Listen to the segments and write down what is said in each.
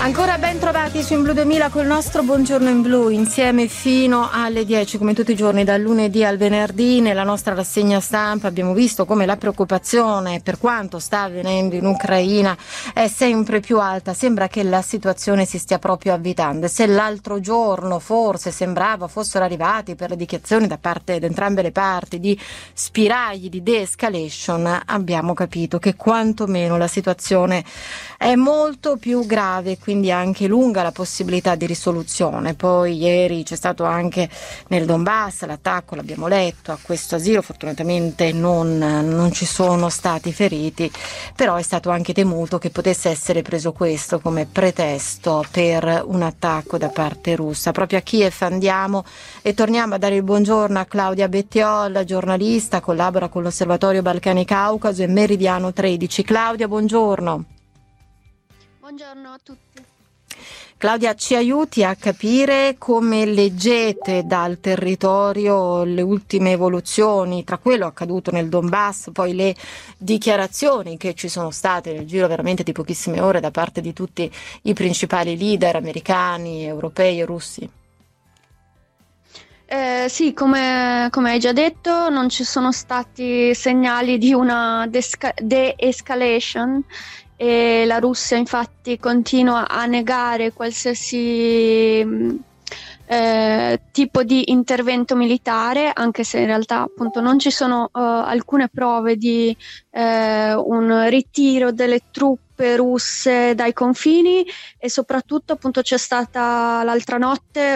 Ancora ben trovati su In Blu 2000 col nostro Buongiorno in Blu, insieme fino alle 10 come tutti i giorni dal lunedì al venerdì. Nella nostra rassegna stampa abbiamo visto come la preoccupazione per quanto sta avvenendo in Ucraina è sempre più alta. Sembra che la situazione si stia proprio avvitando, e se l'altro giorno forse sembrava fossero arrivati per le dichiarazioni da parte di entrambe le parti di spiragli di de-escalation, abbiamo capito che quantomeno la situazione è molto più grave, quindi anche lunga la possibilità di risoluzione. Poi ieri c'è stato anche nel Donbass l'attacco, l'abbiamo letto, a questo asilo. Fortunatamente non ci sono stati feriti, però è stato anche temuto che potesse essere preso questo come pretesto per un attacco da parte russa. Proprio a Kiev andiamo e torniamo a dare il buongiorno a Claudia Bettiol, giornalista, collabora con l'Osservatorio Balcani Caucaso e Meridiano 13. Claudia, buongiorno. Buongiorno a tutti. Claudia, ci aiuti a capire come leggete dal territorio le ultime evoluzioni tra quello accaduto nel Donbass, poi le dichiarazioni che ci sono state nel giro veramente di pochissime ore da parte di tutti i principali leader americani, europei e russi. Sì, come hai già detto, non ci sono stati segnali di una de-escalation e la Russia infatti continua a negare qualsiasi tipo di intervento militare, anche se in realtà appunto non ci sono alcune prove di un ritiro delle truppe russe dai confini, e soprattutto appunto c'è stata l'altra notte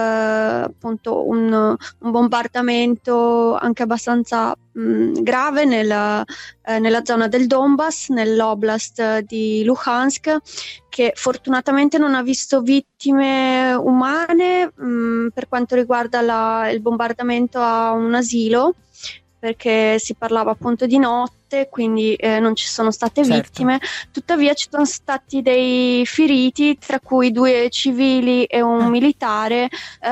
appunto un bombardamento anche abbastanza grave nella zona del Donbass, nell'oblast di Luhansk, che fortunatamente non ha visto vittime umane per quanto riguarda il bombardamento a un asilo, perché si parlava appunto di notte, quindi non ci sono state vittime. Tuttavia ci sono stati dei feriti, tra cui 2 civili e un militare,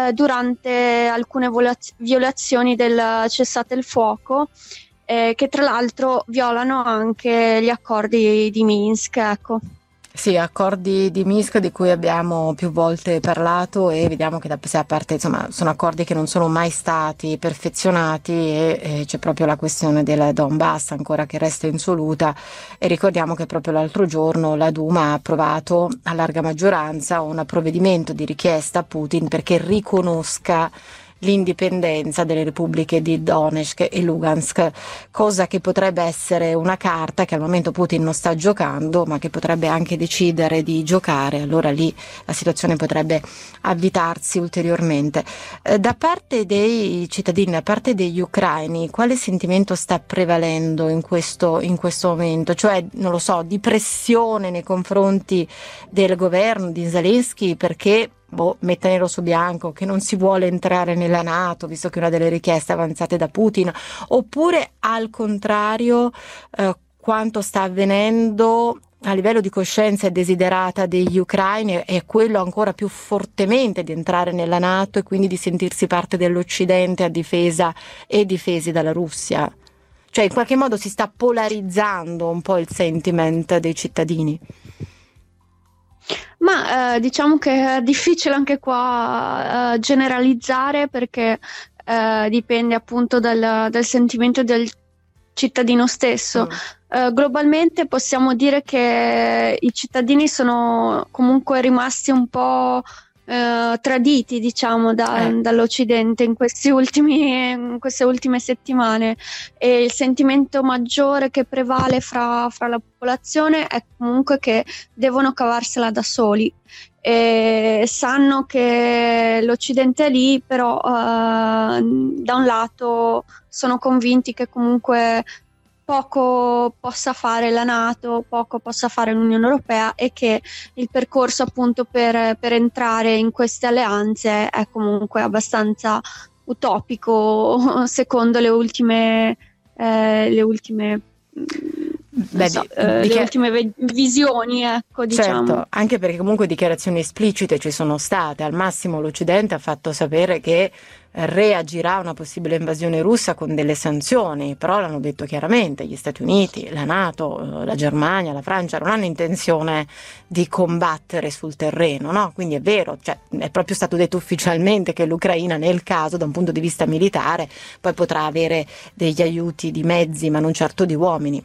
durante alcune violazioni del cessate il fuoco, che tra l'altro violano anche gli accordi di Minsk, ecco. Sì, accordi di Minsk di cui abbiamo più volte parlato, e vediamo che da sé a parte, insomma, sono accordi che non sono mai stati perfezionati, e c'è proprio la questione del Donbass ancora che resta insoluta, e ricordiamo che proprio l'altro giorno la Duma ha approvato a larga maggioranza un provvedimento di richiesta a Putin perché riconosca l'indipendenza delle repubbliche di Donetsk e Lugansk, cosa che potrebbe essere una carta che al momento Putin non sta giocando, ma che potrebbe anche decidere di giocare. Allora lì la situazione potrebbe avvitarsi ulteriormente. Da parte dei cittadini, da parte degli ucraini, quale sentimento sta prevalendo in questo momento? Cioè, non lo so, di pressione nei confronti del governo di Zelensky perché metta nero su bianco che non si vuole entrare nella NATO, visto che è una delle richieste avanzate da Putin, oppure al contrario quanto sta avvenendo a livello di coscienza e desiderata degli ucraini è quello ancora più fortemente di entrare nella NATO e quindi di sentirsi parte dell'Occidente a difesa e difesi dalla Russia? Cioè in qualche modo si sta polarizzando un po' il sentiment dei cittadini. Ma diciamo che è difficile anche qua generalizzare, perché dipende appunto dal sentimento del cittadino stesso. Globalmente possiamo dire che i cittadini sono comunque rimasti un po' traditi, diciamo, dall'Occidente in queste ultime settimane, e il sentimento maggiore che prevale fra la popolazione è comunque che devono cavarsela da soli, e sanno che l'Occidente è lì, però da un lato sono convinti che comunque poco possa fare la NATO, poco possa fare l'Unione Europea, e che il percorso appunto per entrare in queste alleanze è comunque abbastanza utopico secondo le ultime Beh, le ultime visioni, ecco, diciamo. Certo, anche perché comunque dichiarazioni esplicite ci sono state. Al massimo l'Occidente ha fatto sapere che reagirà a una possibile invasione russa con delle sanzioni, però l'hanno detto chiaramente, gli Stati Uniti, la NATO, la Germania, la Francia non hanno intenzione di combattere sul terreno, no? Quindi è vero, cioè, è proprio stato detto ufficialmente che l'Ucraina, nel caso, da un punto di vista militare, poi potrà avere degli aiuti di mezzi, ma non certo di uomini.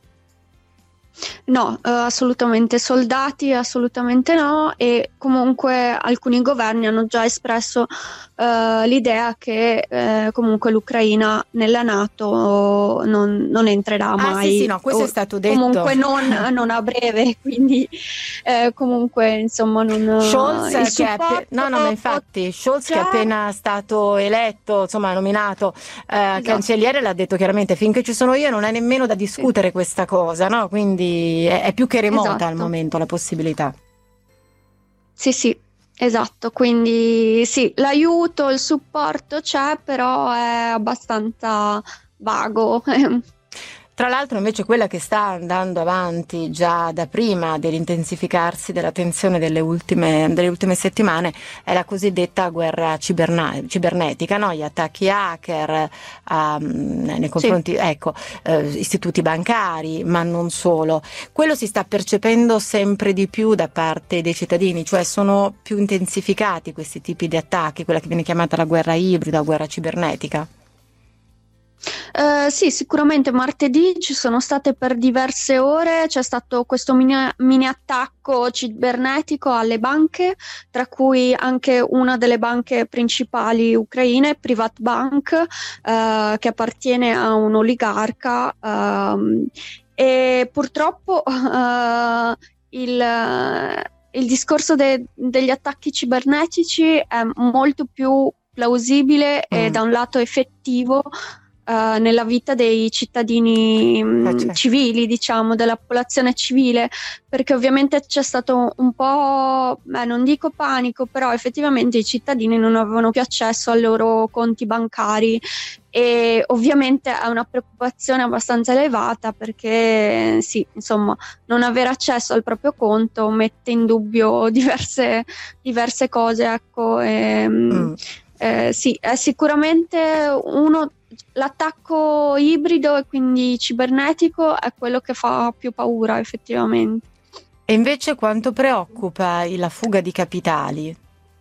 No, assolutamente soldati, assolutamente no, e comunque alcuni governi hanno già espresso l'idea che comunque l'Ucraina nella NATO non entrerà mai. Sì, no, questo è stato detto. Comunque non a breve, quindi comunque insomma Scholz il che no, ma infatti Scholz che è appena stato eletto, insomma nominato esatto. cancelliere, l'ha detto chiaramente: finché ci sono io non è nemmeno da discutere questa cosa, no? Quindi è più che remota al momento la possibilità. Sì, esatto, quindi sì, l'aiuto, il supporto c'è, però è abbastanza vago. Tra l'altro invece quella che sta andando avanti già da prima dell'intensificarsi della tensione delle ultime settimane è la cosiddetta guerra cibernetica, no? Gli attacchi hacker nei confronti, istituti bancari, ma non solo. Quello si sta percependo sempre di più da parte dei cittadini, cioè sono più intensificati questi tipi di attacchi, quella che viene chiamata la guerra ibrida o guerra cibernetica. Sì, sicuramente martedì ci sono state per diverse ore, c'è stato questo mini attacco cibernetico alle banche, tra cui anche una delle banche principali ucraine, Privatbank, che appartiene a un oligarca, e purtroppo il discorso degli attacchi cibernetici è molto più plausibile e da un lato effettivo nella vita dei cittadini civili, diciamo, della popolazione civile, perché ovviamente c'è stato un po', non dico panico, però effettivamente i cittadini non avevano più accesso ai loro conti bancari e ovviamente è una preoccupazione abbastanza elevata perché sì, insomma, non avere accesso al proprio conto mette in dubbio diverse cose, ecco. Sì, è sicuramente l'attacco ibrido e quindi cibernetico è quello che fa più paura effettivamente. E invece quanto preoccupa la fuga di capitali?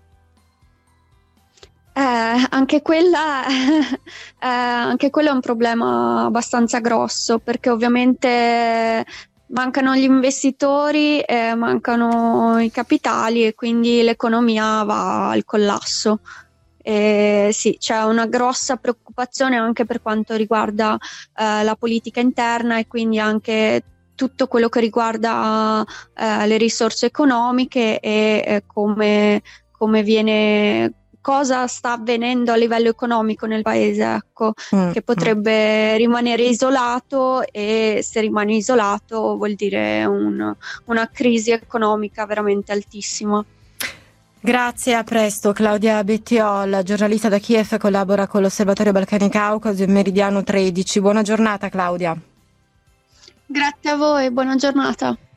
Anche quella è un problema abbastanza grosso perché ovviamente mancano gli investitori, mancano i capitali e quindi l'economia va al collasso. Sì, c'è una grossa preoccupazione anche per quanto riguarda la politica interna e quindi anche tutto quello che riguarda le risorse economiche e cosa sta avvenendo a livello economico nel paese, ecco, che potrebbe rimanere isolato e se rimane isolato vuol dire una crisi economica veramente altissima. Grazie, a presto. Claudia Bettiol, giornalista da Kiev, collabora con l'Osservatorio Balcani Caucaso e Meridiano 13. Buona giornata, Claudia. Grazie a voi, buona giornata.